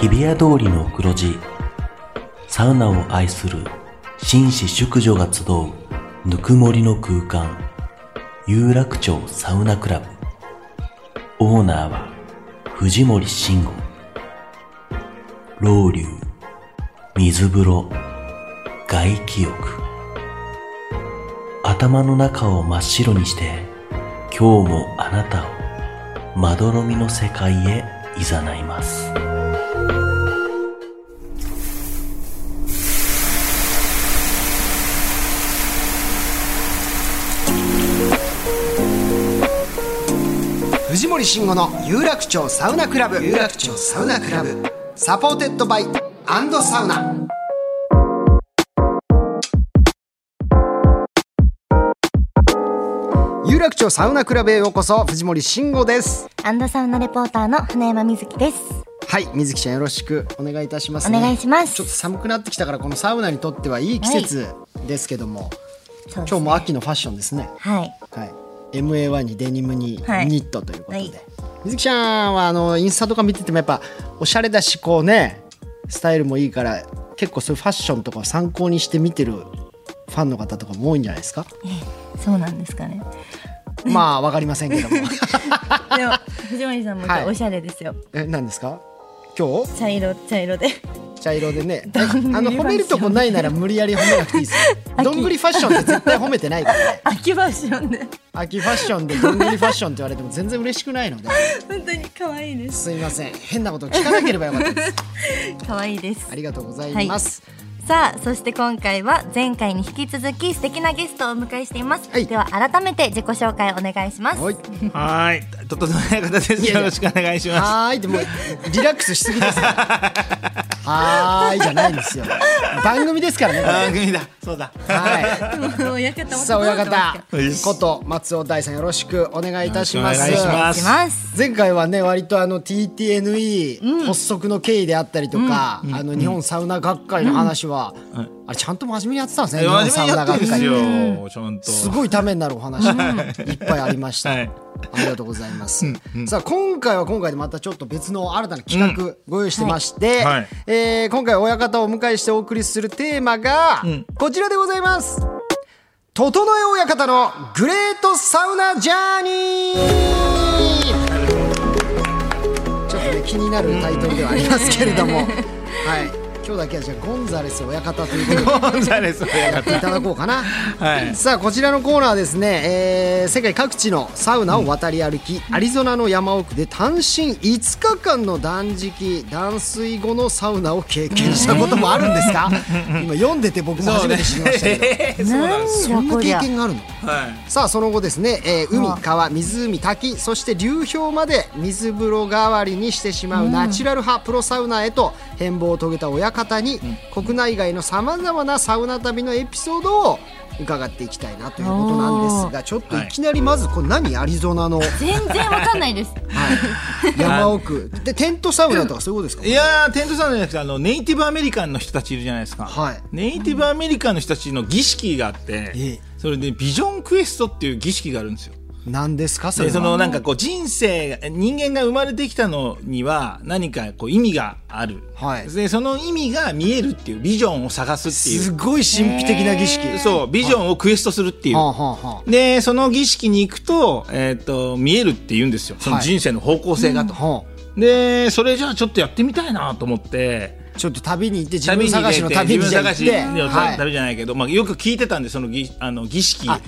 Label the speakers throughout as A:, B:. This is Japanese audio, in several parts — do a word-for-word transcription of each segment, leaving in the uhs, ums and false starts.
A: 日比谷通りの黒字、サウナを愛する紳士淑女が集うぬくもりの空間、有楽町サウナクラブ。オーナーは藤森慎吾。ロウリュ、水風呂、外気浴。頭の中を真っ白にして、今日もあなたをまどろみの世界へ誘います。
B: 藤森慎吾の有楽町サウナクラブ、有楽町サウナクラブ、サポーテッドバイアンドサウナ。有楽町サウナクラブへようこそ。藤森慎吾です。
C: アンドサウナレポーターの船山瑞希です。
B: はい、瑞希ちゃんよろしくお願いいたしますね。
C: お願いします。
B: ちょっと寒くなってきたから、このサウナにとってはいい季節ですけども、はい、
C: そうですね、
B: 今日も秋のファッションですね。
C: はい、
B: はい、エムエーワン にデニムにニットということで、はいはい、瑞希ちゃんはあのインスタとか見ててもやっぱおしゃれだし、こうねスタイルもいいから、結構そういうファッションとかを参考にして見てるファンの方とかも多いんじゃないですか。
C: ええ、そうなんですかね。
B: まあわかりませんけども
C: でも藤森さんも今日おしゃれですよ、はい、
B: え、何ですか今日。
C: 茶色茶色で
B: 茶色でねあの褒めるとこないなら無理やり褒めなくていいですよ。どんぐりファッションって絶対褒めてないからね。
C: 秋ファッションで
B: 秋ファッションでどんぐりファッションって言われても全然嬉しくないので
C: 本当に可愛いです。
B: すいません、変なこと聞かなければよかったです
C: 可愛いです。
B: ありがとうございます、はい。
C: さあ、そして今回は前回に引き続き素敵なゲストをお迎えしています、はい、では改めて自己紹介お願いします。
B: はい、
D: はい、ととのや方です。よろしくお願いします。
B: はい、でもリラックスしすぎですからはーいじゃないんですよ、番組ですからね。
D: 番組だ、そうだ。
B: はい。
C: 親方も
B: さあ、親方こと松尾大さん、よろしくお願いいたします。
D: お願いします。
B: 前回はね、割とあの ティーティーエヌイー 発足の経緯であったりとか、うん、あの日本サウナ学会の話は、うん、あれちゃんと真面目にやってたんですね。日本サウナ学会、
D: うん、ちゃんと
B: すごいためになるお話いっぱいありました、はい、ありがとうございます、うんうん、さあ今回は今回でまたちょっと別の新たな企画ご用意してまして、うんはい、えー、今回親方をお迎えしてお送りするテーマがこちらでございます。整え親方のグレートサウナジャーニー。ちょっとね気になるタイトルではありますけれどもはい、今日だけはじゃあゴンザレス親方ということで
D: ゴンザレス親
B: 方いただこうかな、はい、さあこちらのコーナーはですね、えー、世界各地のサウナを渡り歩き、うん、アリゾナの山奥で単身いつかかんの断食断水後のサウナを経験したこともあるんですか今読んでて僕も初めて知りましたけど、そうなんです。そんな経験があるの、はい、さあその後ですね、えー、海、川、湖、滝、そして流氷まで水風呂代わりにしてしまうナチュラル派プロサウナへと変貌を遂げた親方に、うん、国内外のさまざまなサウナ旅のエピソードを伺っていきたいなということなんですが、ちょっといきなりまずこれ何、アリゾナの
C: 全然わかんないです、
B: はい、山奥でテントサウナとかそういうことですか。
D: いやー、テントサウナじゃなくてあのネイティブアメリカンの人たちいるじゃないですか、はい、ネイティブアメリカンの人たちの儀式があって、うん、それでビジョンクエストっていう儀式があるんですよ。
B: 何ですかそれは。
D: でそのなんかこう人生人間が生まれてきたのには何かこう意味がある、はい、でその意味が見えるっていうビジョンを探すっていう
B: すごい神秘的な儀式。
D: そうビジョンをクエストするっていう、はい、でその儀式に行くと、えー、と見えるって言うんですよ、その人生の方向性がと、はい、でそれじゃあちょっとやってみたいなと思って
B: ちょっと旅に行って自分探しの旅に行って
D: 自分探し、はい、旅じゃないけど、まあ、よく聞いてたんでその儀、あの儀式をやった、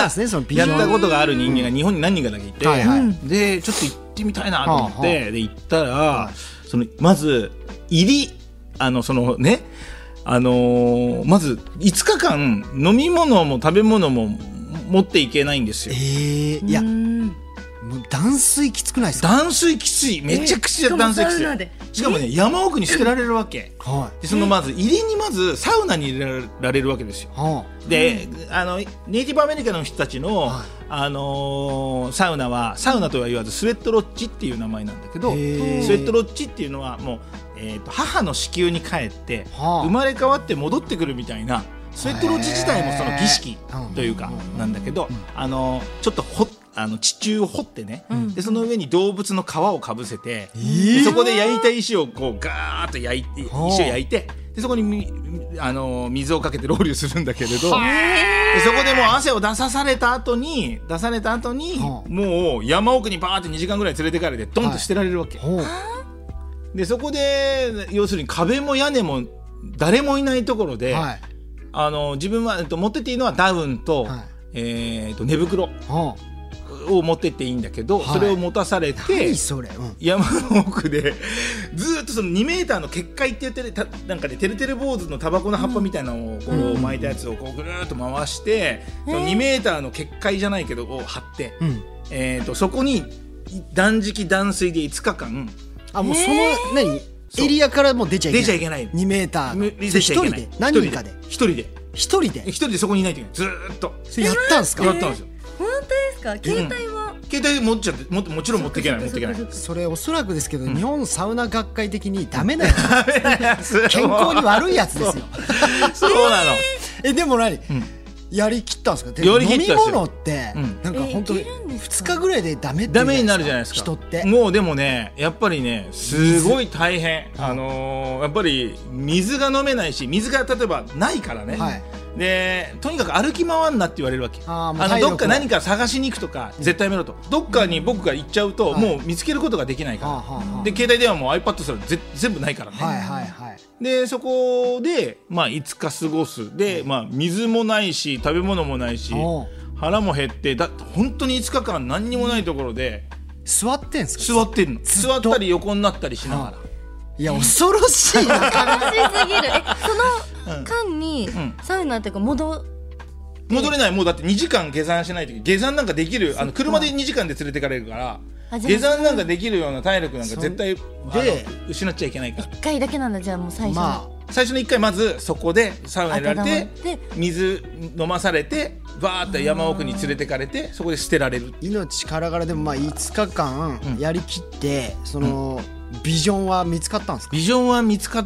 B: ね、その
D: やったことがある人間が日本に何人かだけいて、はいはい、でちょっと行ってみたいなと思って、はあはあ、で行ったら、はい、そのまず入りあのそのねあのー、まずいつかかん飲み物も食べ物も持っていけないんですよ。
B: えー、いや断水きつくないですか。
D: 断水きつい、めちゃくちゃ断水きつい、えー、しかもね山奥に捨てられるわけ、はい、でそのまず入りにまずサウナに入れられるわけですよ、はあ、で、うん、あのネイティブアメリカの人たちの、はい、あのー、サウナはサウナとは言わずスウェットロッジっていう名前なんだけど、スウェットロッジっていうのはもう、えーと、母の子宮に帰って、はあ、生まれ変わって戻ってくるみたいなスウェットロッジ自体もその儀式というかなんだけど、あのー、ちょっとほあの地中を掘ってね、うん、でその上に動物の皮をかぶせて、えー、そこで焼いた石をこうガーッと焼いて石を焼いてでそこにみあの水をかけてロウリュするんだけれど、でそこでもう汗を出さされた後に出された後にもう山奥にバーってにじかんぐらい連れてかれてドンと捨てられるわけ、はい、でそこで要するに壁も屋根も誰もいないところで、はい、あの自分は、えっと、持ってっていいのはダウンと、はい、えー、と寝袋を持ってっていいんだけど、はい、それを持たされて
B: それ、うん、
D: 山の奥でずっとそのにメーターの結界って言ってたなんかねてるてる坊主のタバコの葉っぱみたいなのをこう巻いたやつをこうぐるっと回して、うん、そのにメーターの結界じゃないけどを張って、うん、えー、とそこに断食断水でいつかかん、
B: あもうその何エリアからもう出ちゃいけない、
D: 出ちゃいけない、
B: にメーター
D: 一人で
B: 何人かで
D: 一人で
B: 一人で
D: 一人でそこにいないといけない、ずーっと
B: それやったんすか、
D: やったんですよ。
C: 本当ですか。携帯は、
D: うん、携帯持っちゃってももちろん持っていけない持っていけない。
B: それおそらくですけど、うん、日本サウナ学会的にダメなやつ健康に悪いやつですよ。
D: そうなの。
B: えでも何、うん、やりきったんですか。で飲み物って、うん、なんか本当にふつかぐらいでダメって
D: ダメになるじゃないですか
B: 人って。
D: もうでもねやっぱりねすごい大変、あのー、やっぱり水が飲めないし水が例えばないからね、はい、でとにかく歩き回んなって言われるわけ。ああのどっか何か探しに行くとか絶対やめろと、どっかに僕が行っちゃうと、うん、もう見つけることができないから、はい、で携帯電話も iPad すらぜ全部ないからね、はいはいはい、でそこで、まあ、いつか過ごすで、まあ、水もないし食べ物もないし腹も減ってだ本当にいつかかん何にもないところで
B: 座ってんすか。
D: 座ってんの座ったり横になったりしながら、
B: いや恐ろしいな。
C: 悲しすぎる。えその間に、うん、サウナっていうか戻
D: 戻れない。もうだってにじかん下山しないといけない。下山なんかできるあの車でにじかんで連れてかれるから下山なんかできるような体力なんか絶対で失っちゃいけないから。いっ
C: かいだけなんだ。じゃあもう最初の、まあ、最初
D: のいっかいまずそこでサウナ入れられて水飲まされてバーッと山奥に連れてかれてそこで捨てられる。
B: 命からがらでもまあいつかかんやりきって、うん、その、うん、ビジョンは見つかったんですか。
D: ビジョンは見つかって、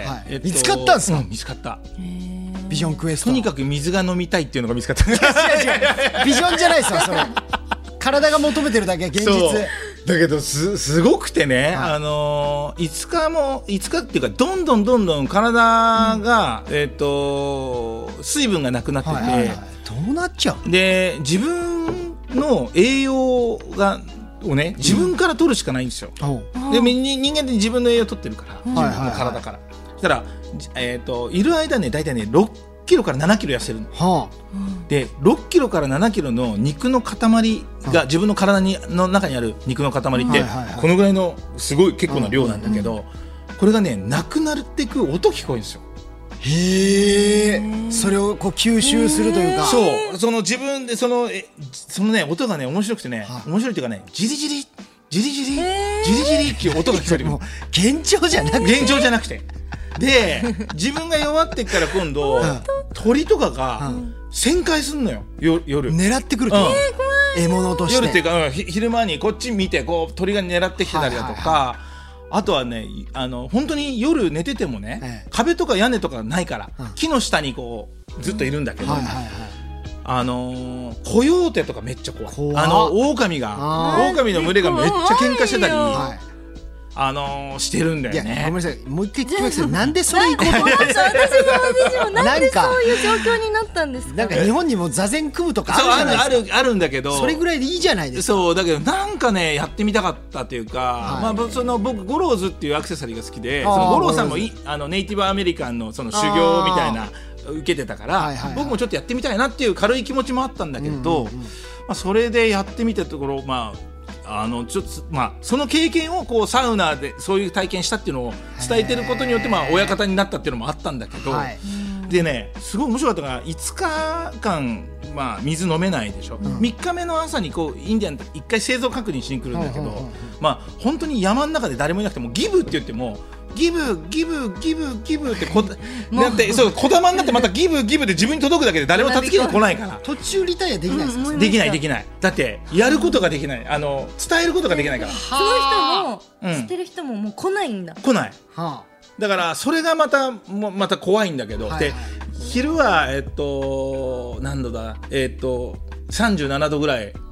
D: はい
B: えっと、見つかったんですか、
D: うん、見つかった。
B: ビジョンクエスト
D: とにかく水が飲みたいっていうのが見つかった。違う違
B: うビジョンじゃないですよそれ。体が求めてるだけ現実
D: だけど す, すごくてね、はい、あのー、いつかもいつかっていうかどんどんどんどん体が、うん、えー、と水分がなくなってて、はいはいはい、
B: どうなっちゃう
D: で自分の栄養がをね自分から取るしかないんですよ、うん、で人間って自分の栄養を取ってるから、うん、自分の体から、はいはいはい、そしたら、えー、といる間ねだいたいねろっキロからななキロ痩せるの、はあ、でろっキロからななキロの肉の塊が自分の体にの中にある肉の塊ってこのぐらいのすごい結構な量なんだけど、これがねなくなっていく音聞こえるんですよ。
B: へえ。それをこう吸収するというか、
D: そうその自分でそのえそのね音がね面白くてね、はあ、面白いっていうかねジリジリジリジリジリジリっていう音が聞こえる。もう
B: 幻聴じゃなくて
D: 幻聴じゃなくてで自分が弱ってから今度鳥とかが旋回すんのよ夜
B: 狙ってくると、うん、獲物として
D: 夜っていうか、うん、昼間にこっち見てこう鳥が狙ってきてたりだとか、はいはいはい、あとはねあの本当に夜寝ててもね、ええ、壁とか屋根とかないから、うん、木の下にこうずっといるんだけど、うんはいはいはい、あのー、コヨーテとかめっちゃ怖い。怖あの狼が狼の群れがめっちゃ喧嘩してたり、はいあのー、してるんだよね。いや
B: ごめんなさいもう一回聞きますけどなんでそれ
C: 私も私もなんでそういう状況になったんですか。
B: なんか日本にも座禅組むとかあるじゃないですか。
D: あるあるんだけど
B: それぐらいでいいじゃないですか。
D: そうだけどなんかねやってみたかったというか、はいまあ、その僕ゴローズっていうアクセサリーが好きでそのゴローさんもいあのネイティブアメリカン の, その修行みたいな受けてたから、はいはいはい、僕もちょっとやってみたいなっていう軽い気持ちもあったんだけど、うんうんうんまあ、それでやってみたところまああのちょっとまあ、その経験をこうサウナでそういう体験したっていうのを伝えてることによってまあ親方になったっていうのもあったんだけど、はい、でねすごい面白かったのがいつかかん、まあ、水飲めないでしょ、うん、みっかめの朝にこうインディアンっていっかい製造確認しに来るんだけど、うんうんうんまあ、本当に山の中で誰もいなくてもギブって言ってもギブギブギブギブってこだってそうこだまになってまたギブギブで自分に届くだけで誰も助けに来ないから
B: 途中リタイアできないですか、
D: うん、できないできないだってやることができないあの伝えることができないから
C: その人も知ってる人ももう来ないんだ、
D: うん、来ない、はあ、だからそれがまたもまた怖いんだけど、はいはい、で昼はえっと何度だえっとさんじゅうななどぐらい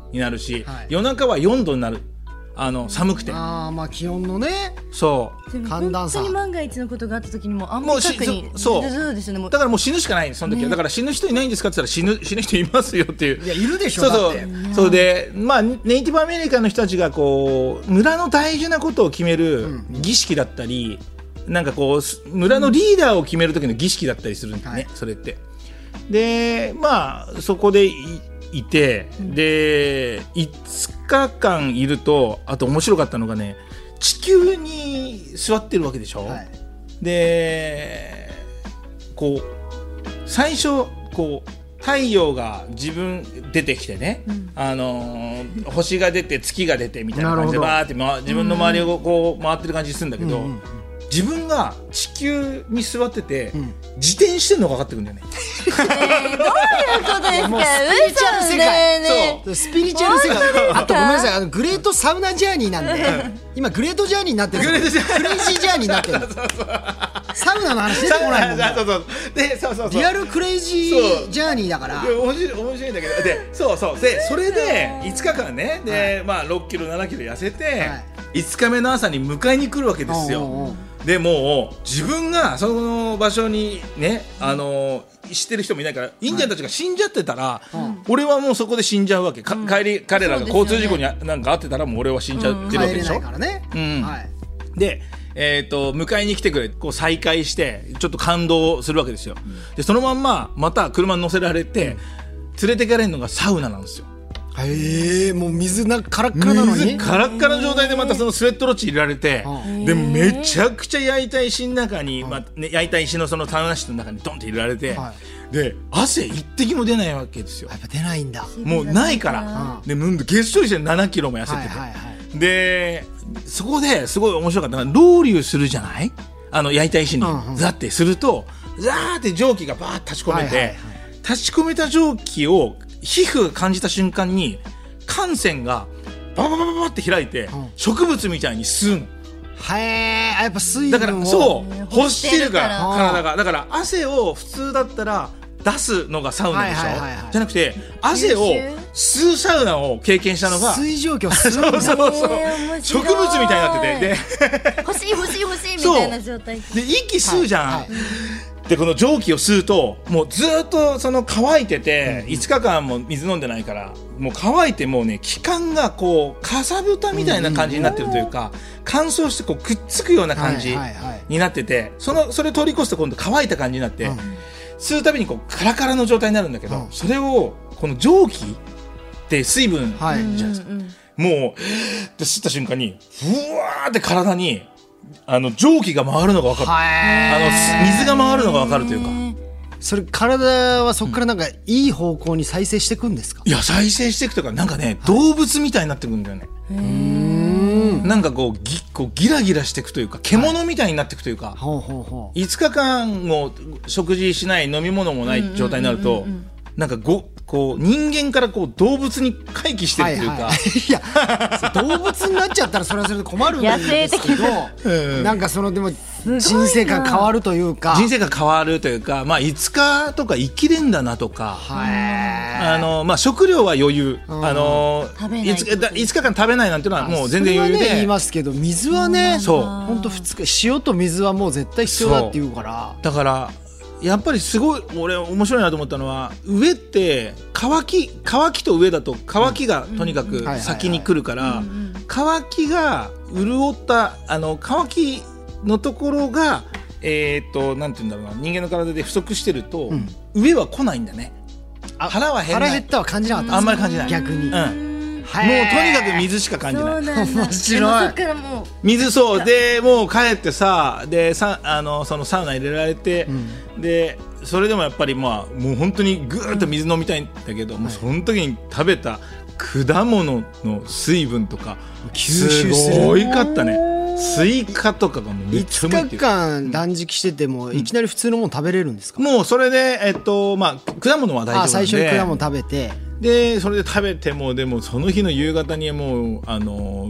D: になるし、
B: はい、
D: 夜中はよんどになる。あの寒くて、
B: あまあ気温のね、
D: そう
C: 寒暖差、本当に万が一のことがあった時にもあんまり近くに、
D: そう、そうですよね、もうだからもう死ぬしかないその時は、ね、だから死ぬ人いないんですかって言ったら死ぬ死ぬ人いますよっていう。
B: いやいるでしょ。
D: そうそう、そうで、まあネイティブアメリカの人たちがこう村の大事なことを決める儀式だったり、うん、なんかこう村のリーダーを決める時の儀式だったりするんだね、はい、それって。でまあそこでいいて、でいつかかんいると、あと面白かったのがね、地球に座ってるわけでしょ、はい、でこう最初こう太陽が自分出てきてね、うん、あの星が出て月が出てみたいな感じでバーって、ま、自分の周りをこう回ってる感じするんだけど、うんうんうん、自分が地球に座ってて、うん、自転してんのが分かってくるんだよね。
C: えー、どういうことですか。
B: もうスピリチュアル世界、ね、そうスピリチュアル世界。あとごめんなさい、あのグレートサウナジャーニーなんで今グレートジャーニーになってる、クレイジージャーニーになってる。そうそうそうサウナの話出てこないもんね。そうそうでそうそうそうリアルクレイジージャーニーだから。
D: 面白い面白いんだけど、でそうそうでそれでいつかかんね、で、はい、まあろっキロななキロ痩せて、はい、いつかめの朝に迎えに来るわけですよ。おうおうでもう自分がその場所にね、あのー、知ってる人もいないから、インディアンたちが死んじゃってたら、はい、俺はもうそこで死んじゃうわけ、うん、帰り彼らが交通事故になんかあってたらもう俺は死んじゃってるわけでしょ、うん、帰れないからね、うんはい、で、えー、と迎えに来てくれ、こう再会してちょっと感動するわけですよ、うん、でそのまんままた車に乗せられて、うん、連れてかれるのがサウナなんですよ。
B: へえ、もう水なカラッカラなのに
D: 水カラッカラの状態でまたそのスウェットロッチ入れられて、でめちゃくちゃ焼いた石の中に、まあね、焼いた石のそのサウナ室の中にドンって入れられて、はい、で汗一滴も出ないわけですよ。
B: やっぱ出ないんだ、
D: もうないから、でげっそりしてななキロも痩せてて、はいはいはい、でそこですごい面白かったのが、ロウリュするじゃない、あの焼いた石に、うんうん、ザってするとザーって蒸気がバーッと立ち込めて、はいはいはい、立ち込めた蒸気を皮膚が感じた瞬間に汗腺がバババババって開いて、うん、植物みたいに吸うの。
B: へー、やっぱ水分を
D: だからそう欲してるから体が、だから汗を普通だったら出すのがサウナでしょ、はいはいはいはい、じゃなくて汗を吸うサウナを経験したのが
B: 水蒸気を吸うんだ。
D: そうそうそう、植物みたいになってて、
C: で欲しい欲しい欲しいみたいな状態
D: で息吸うじゃん、はいはい、でこの蒸気を吸うともうずっとその乾いてて、うん、いつかかんも水飲んでないからもう乾いて、もうね気管がこうかさぶたみたいな感じになってるというか、うん、乾燥してこうくっつくような感じになってて、はいはいはい、そのそれ通り越すと今度乾いた感じになって、うん、吸うたびにこうカラカラの状態になるんだけど、うん、それをこの蒸気って水分じゃないですか、はい、もうで吸った瞬間にふわーって体にあの蒸気が回るのが分かる、あの水が回るのが分かるというか、
B: それ体はそこからなんかいい方向に再生していくんですか。
D: いや再生していくというか、なんかね、はい、動物みたいになってくるんだよね。うーん、なんかこう ギ, こうギラギラしていくというか、獣みたいになっていくというか、はい、ほうほうほういつかかんも食事しない、飲み物もない状態になると、うんうんうんうん、なんかごこう人間からこう動物に回帰してるというか、はいはい、い
B: や動物になっちゃったらそれはそれで困るんですけど、うん、なんかそのでも人生観変わるというか、
D: 人生観変わるというか、まあいつかとか生きれんだなとか、あのまあ食料は余裕、うん、あのいついつかかん食べないなんていうのはもう全然余裕で、
B: ね、言いますけど、水はね、そう本当ふつか塩と水はもう絶対必要だっていうから、
D: だからやっぱりすごい俺面白いなと思ったのは、上って乾き乾きと上だと乾きがとにかく先に来るから、乾きが潤ったあの乾きのところがえー、っとなんていうんだろうな、人間の体で不足してると、うん、上は来ないんだね。腹は減らない。
B: 腹減ったは感じなかった。
D: あんまり感じない。
B: 逆に。
D: うんもうとにかく水しか感じない。
B: 面白い。
D: 水そうでもう帰ってさでさあのそのサウナ入れられて、うん、でそれでもやっぱりまあもう本当にぐーっと水飲みたいんだけど、うん、もうその時に食べた果物の水分とか吸収すごいかったね。スイカとかがもうめっちゃうまいっていう。
B: いつかかん断食しててもいきなり普通のもの食べれるんですか。
D: もうそれでえっとまあ果物は大丈夫なんで。あ、
B: 最初に果物食べて。
D: でそれで食べてもでもその日の夕方にもうあの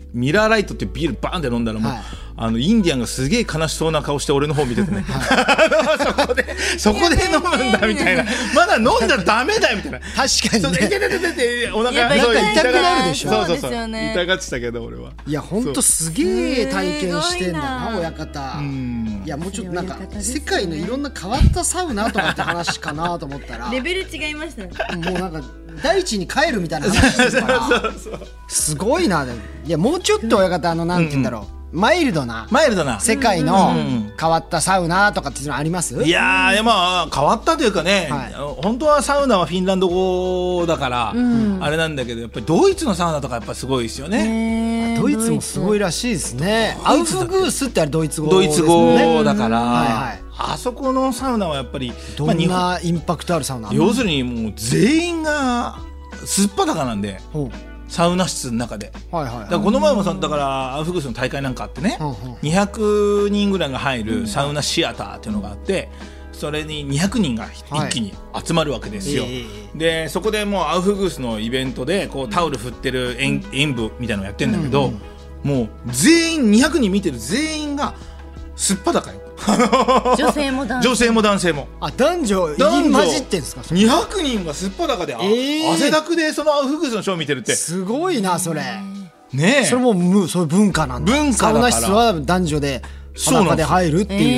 D: ミラーライトっていうビールバーンって飲んだらもう、はい、あのインディアンがすげえ悲しそうな顔して俺の方見ててね、はい、そこでそこで飲むんだみたいな、まだ飲んだらダメだよみたいな、
B: 確かにね、
D: 痛ててててお腹
B: 痛くなるでしょ。
D: そうそうそう、痛がってたけど俺は。
B: いやほんとすげえ体験してんだな親方。うん、いやもうちょっとなんか世界のいろんな変わったサウナとかって話かなと思ったら
C: レベル違いましたね。
B: もうなんか大地に帰るみたいな話ですからすごいな。いやもうちょっと親方あのなんて言うんだろう、うんうん、マイルドな
D: マイルドな
B: 世界の変わったサウナとかっていうのあります？
D: いやー、まあ変わったというかね、はい、本当はサウナはフィンランド語だから、うん、あれなんだけどやっぱりドイツのサウナとかやっぱすごいですよね。
B: ドイツもすごいらしいですね。アウフグースってあれドイツ語
D: ドイツ語だから、はいはい、あそこのサウナはやっぱり
B: どんなインパクトあるサウナ？
D: 要するにもう全員がすっぱだかなんで、サウナ室の中で、はいはいはい、だからこの前もそだからアウフグースの大会なんかあってね、うんうん、にひゃくにんぐらいが入るサウナシアターっていうのがあって、それににひゃくにんが一気に集まるわけですよ、はい、でそこでもうアウフグースのイベントでこうタオル振ってる演、うん、演舞みたいなのをやってるんだけど、うんうん、もう全員にひゃくにん見てる全員がすっぱだかよ
C: 女性も男性も
D: 女性も男性も
B: あ男女入り混じってんすか？
D: にひゃくにんがすっぱだかで、えー、汗だくでそのアウフグースのショー見てるって
B: すごいなそれ
D: ねえ。
B: それもむそういう文化なんだ。
D: 文化だから
B: サウナ室は男女で裸で入るっていう、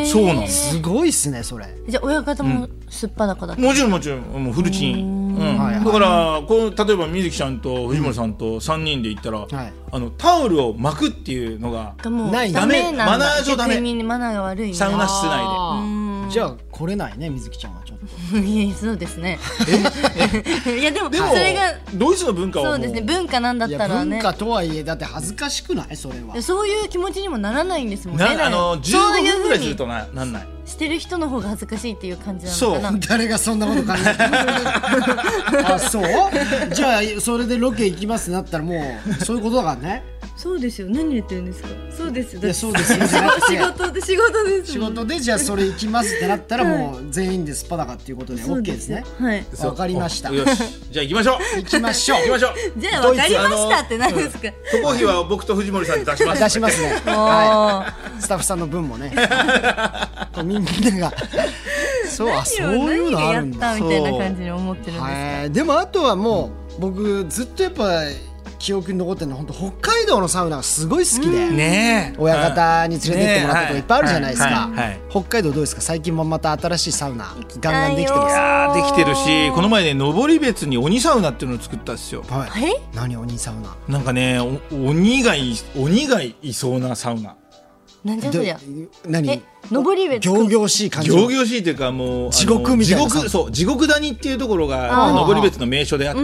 D: そうなんです。
B: すごいっすねそれ。
C: じゃあ親方もすっぱだかだった、
D: うん、もちろんもちろんもうフルチン、うん、はいはい、だからこう例えば水木ちゃんと藤森さんとさんにんで行ったら、うん、はい、あのタオルを巻くっていうのが
B: ない
D: ダメなんだ。マナー上ダメ。
C: マナーが悪いね。
D: サウナ室内
B: で。じゃあ来れないね水木ちゃんはちょっと。
C: いやそうですね。いやでも
D: でも
C: それが
D: ドイツの文化は
C: そうですね、文化なんだったらね。
B: 文化とはいえだって恥ずかしくないそれは。
C: そういう気持ちにもならないんですもんね。
D: あのじゅうごふんぐらいするとななんない。
C: してる人の方が恥ずかしいっていう感じなのかな。
B: そう誰がそんなこと感じてるあそうじゃあそれでロケ行きますってなったらもうそういうことだからね。
C: そうですよ。何言ってるんですか。そうですよ。
B: いやそうですよ。
C: 仕事で仕事です。
B: 仕事でじゃあそれ行きますってなったらもう全員でスパダカっていうことで OK ですね。
C: はい。
B: わかりました。
D: よし。じゃあ行きましょう。
B: 行きましょう。
D: 行きましょう。
C: じゃあわかりましたって何ですか。
D: 渡航費は僕と藤森さんで出します。
B: 出しますね。はい。スタッフさんの分もね。みんながそうあそういうのあるんだ
C: みたいな感じに思ってるんですか。
B: でもあとはもう僕ずっとやっぱ記憶に残ってるのは本当北海道のサウナがすごい好きで、ね、親方に連れて行ってもらったこといっぱいあるじゃないですか。北海道どうですか。最近もまた新しいサウナガンガンできてます。
D: いやできてるし、この前ね登別に鬼サウナっていうのを作ったんですよ。
B: はい、何鬼サウナ。
D: なんかね鬼がい鬼がいそうなサウナ。
C: なんじゃそりゃ。
B: 何？
C: え、登別。
B: 仰々しい感じ。
D: 仰々しいというかもう
B: 地獄みたいな。
D: 地獄そう地獄谷っていうところが登別の名所であって。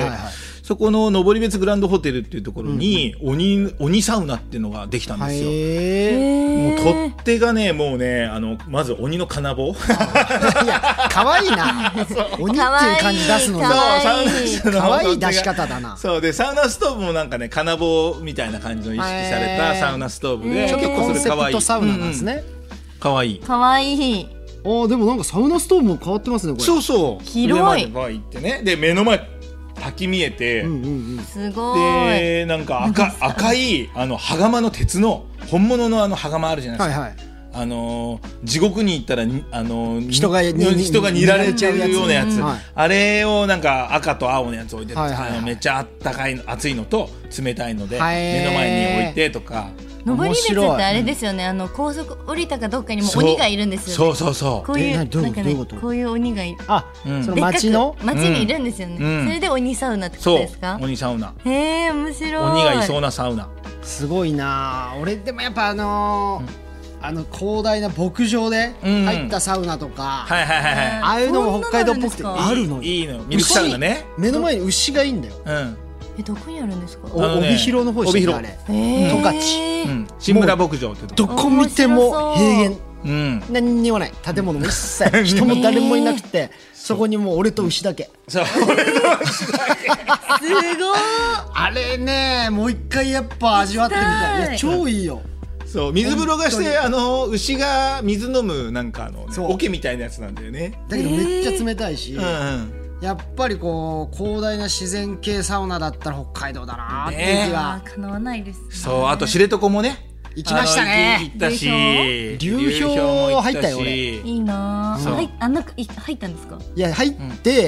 D: そこの登別グランドホテルっていうところに鬼、うん、鬼サウナっていうのができたんですよ。もう取っ手がねもうねあのまず鬼の金棒。い
B: や可愛いな。鬼っていう感じ出すのに可愛い出し方だな。
D: そうでサウナストーブもなんかね金棒みたいな感じの意識されたサウナストーブで、
B: ちょっとコンセプトサウナなんですね。
D: 可愛い
C: 可愛い。
B: あでもなんかサウナストーブも変わってますねこれ。
D: そうそう。
C: 広い。
D: 上まで行ってねで目の前滝見えて、うん
C: うんうん、すごい
D: でなんか 赤, 赤いあの羽釜の鉄の本物のあの羽釜あるじゃないですか、はいはい、あの地獄に行ったらあの
B: 人が
D: 人が煮られちゃうようなやつ、うん、あれをなんか赤と青のやつ置いてて、はいはいはい、めっちゃあったかい熱いのと冷たいので目の前に置いてとか。
C: 登別ってあれですよね、うん、あの高速降りたかどっかにも鬼がいるんですよね。
D: そうそうそう。
C: こういうなんかねこういう鬼がいる。
B: あ、うん、その町の
C: 町にいるんですよね、うん、それで鬼サウナってことですか。
D: そう鬼サウナ。
C: へえ面白い。
D: 鬼がいそうなサウナ。
B: すごいな。俺でもやっぱあのーうん、あの広大な牧場で入ったサウナとか、
D: うん、はいはいはいはい、
B: ああいうのも北海道っぽくてあるの。
D: いいのミルクサウナね。
B: 目の前に牛がいいんだよ。
D: うん。
C: えどこにあるんですか。
B: 帯広の方ですねあれ。十勝、うん、
D: 新村牧場って
B: どこ見ても平原、うん、何にもない建物も一切人も誰もいなくてそこにもう俺と牛だけ。
D: そう俺と牛だけすごい
B: あれねもう一回やっぱ味わってみたい。いや超いいよ。
D: そう水風呂がしてあの牛が水飲むなんかの、ね、桶みたいなやつなんだよね。
B: だけどめっちゃ冷たいし、うんうん、 やっぱりこう広大な自然系サウナだったら北海道だなっていう気が、
C: かなわないです、ね、
D: そうあと知床もね
B: 行きましたね。
D: 行ったし
B: 流氷も入ったよ俺。
C: いいなぁ。はい、あ、なんか入ったんですか。
B: いや入って、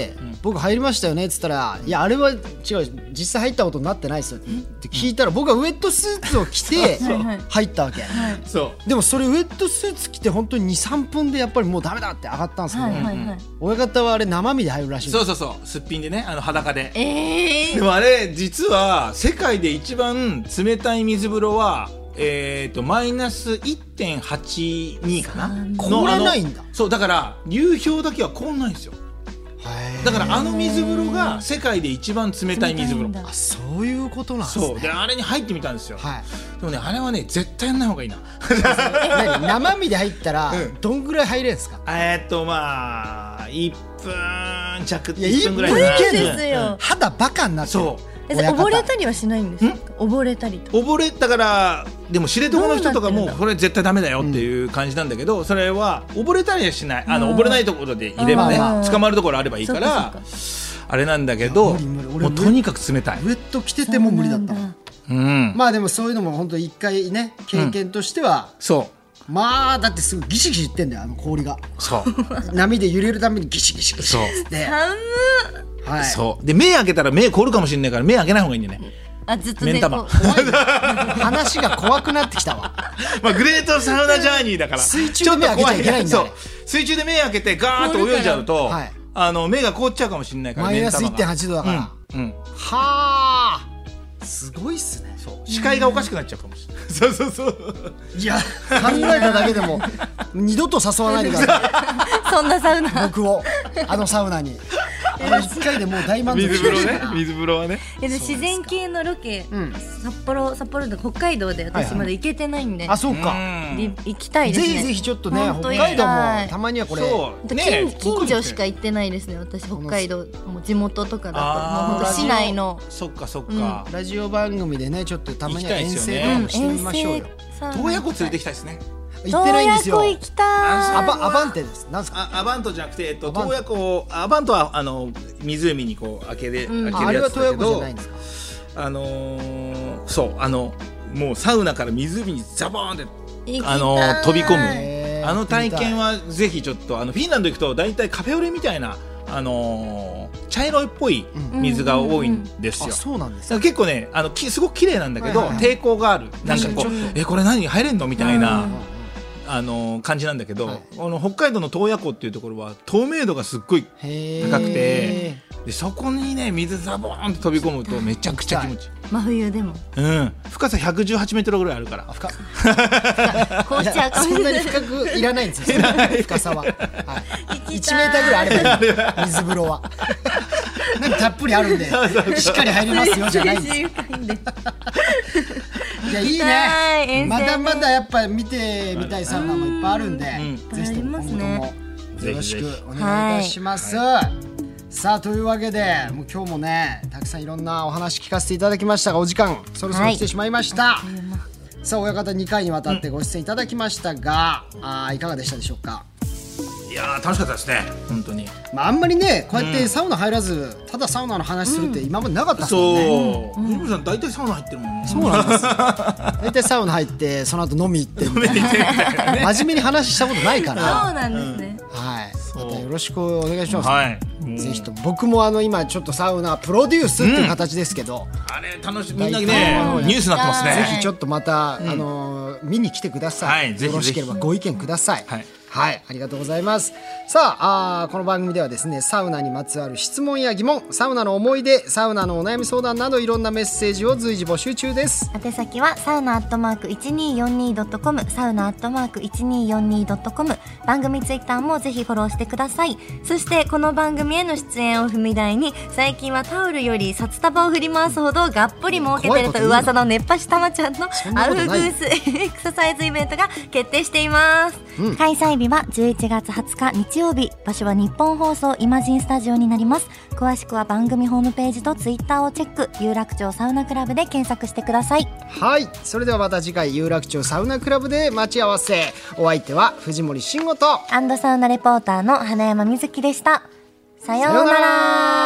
C: うん、
B: 僕入りましたよねっつったら、いやあれは違う実際入ったことになってないですよって聞いたら、僕はウエットスーツを着て入ったわけ。そうでもそれウエットスーツ着て本当ににさんぷんでやっぱりもうダメだって上がったんですけど、はいはいはい、親方はあれ生身で入るらしい。
D: そうそうそうすっぴんでねあの裸で、
C: えー、
D: でもあれ実は世界で一番冷たい水風呂はえー、とマイナス いってんはちに かな
B: 凍らないんだ。
D: そうだから流氷だけは凍んないんですよ。だからあの水風呂が世界で一番冷たい水風呂。
B: あそういうことなんですね。
D: そうであれに入ってみたんですよ、はい、でもねあれはね絶対やんない方がいいな。
B: 何生身で入ったらどんぐらい入れるんですか。
D: えー、っとまあいっぷん弱
B: いやいっぷんぐらい
C: ですよ。
B: 肌バカになってる。
C: そう溺れたりはしないんですか。溺れたりと
D: 溺れたからでも知床の人とかもこれ絶対ダメだよっていう感じなんだけど、それは溺れたりはしない。あの溺れないところでいればね捕まるところあればいいからあれなんだけど、もうとにかく冷たい。
B: ウェット着てても無理だったもん。うん、まあでもそういうのも本当一回ね経験としては、
D: うん、そう
B: まあだってすごいギシギシいってんだよあの氷が。
D: そう
B: 波で揺れるためにギシギシギシって
C: 寒
B: っはい、
D: そうで目開けたら目凍るかもしれないから目開けない方がいいんだよね。
C: あずっと
D: 目ん玉
B: 話が怖くなってきたわ。
D: まあグレートサウナジャーニーだから
B: 水中で目開けちゃいけないんだ。
D: そう水中で目開けてガーッと泳いじゃうと、はい、あの目が凍っちゃうかもしれないから。
B: マイナス いってんはちどだから、うんうん、はあすごいっすね。
D: そう視界がおかしくなっちゃうかもしれない。そうそうそう
B: いや考えただけでも二度と誘わないでくださ
C: い。そんなサウナ
B: 僕をあのサウナにあのいっかいでもう大満足。
D: 水風呂ね水風呂はね。
C: 自然系のロケ、うん、札幌札幌で北海道で私まだ行けてないんで、
B: はいはい、あそうか
C: 行きたいですね。
B: ぜひぜひちょっとね北海道もたまにはこれ
C: そうね近所しか行ってないですね私。北海道もう地元とかだともう市内の
D: そっかそっか、
B: うん、ラジオ番組でねちょっとたまには遠征とかもしてみましょうよ。
D: 洞爺湖連れてきたいですね。
B: 行ってないんですよ。
C: 行きたい。
B: アバアバンテです。なんですか。
D: アバントじゃなくて、えっと洞爺湖アバントはあの湖にこう開ける、うん、開けるやつだけど、あ, あのー、そうあのもうサウナから湖にザボーンってあのー、飛び込むあの体験はぜひちょっとあのフィンランド行くとだいたいカフェオレみたいなあのー、茶色いっぽい水が多いんですよ、うんうんうん、
B: そうなんですか。
D: 結構ねあのきすごく綺麗なんだけど、はいはいはい、抵抗があるなんかこうえこれ何入れんのみたいな、うんあの感じなんだけど、はい、あの北海道の洞爺湖っていうところは透明度がすっごい高くてでそこにね水ザボーンと飛び込むとめちゃくちゃ気持ちいい。
C: 真冬でも、
D: うん、深さひゃくじゅうはちメートルぐらいあるから
B: 深
C: 凍っちゃうかもしれない。
B: そんなに深くいらないんですよ深さは、はい、いちメーターぐらいあれば水風呂はなんかたっぷりあるんでしっかり入りますよじゃないんですよ。いやいいね。まだまだやっぱ見てみたいサウナもいっぱいあるんで、うん、ぜひとも今後ともよろしくお願いいたします。はい、さあというわけでもう今日もねたくさんいろんなお話聞かせていただきましたがお時間そろそろ来てしまいました。はい、さあ親方にかいにわたってご出演いただきましたが、うん、あいかがでしたでしょうか。
D: いや楽しかったですね本当に。
B: まあ、あんまりねこうやってサウナ入らず、うん、ただサウナの話するって今までなかったですもんね。
D: そう、うん、さん大体サウナ入ってるもんね。
B: そうなんですよ大体サウナ入ってその後飲み行ってみたいな真面目に話したことないから
C: そうなんですね、
B: うん、はいまたよろしくお願いします、はい、ぜひと僕もあの今ちょっとサウナプロデュースっていう形ですけど、
D: うん、あれ楽しみみんなねニュースになってますね。
B: ぜひちょっとまた、うん、あの見に来てください、はい、よろしければご意見ください。はいはい、ありがとうございます。さあ、あこの番組ではですねサウナにまつわる質問や疑問サウナの思い出サウナのお悩み相談などいろんなメッセージを随時募集中です。
C: 宛先はサウナアットマーク いちにーよんにードットコム サウナアットマーク いちにーよんにードットコム 番組ツイッターもぜひフォローしてください。そしてこの番組への出演を踏み台に最近はタオルより札束を振り回すほどがっぷり儲けてると噂の熱波師たまちゃんのアウフグースエクササイズイベントが決定しています、うん、開催日はじゅういちがつはつか日曜日、場所は日本放送イマジンスタジオになります。詳しくは番組ホームページとツイッターをチェック、有楽町サウナクラブで検索してください。
B: はい、それではまた次回有楽町サウナクラブで待ち合わせ。お相手は藤森慎吾と
C: アンドサウナレポーターの花山瑞希でした。 さようなら。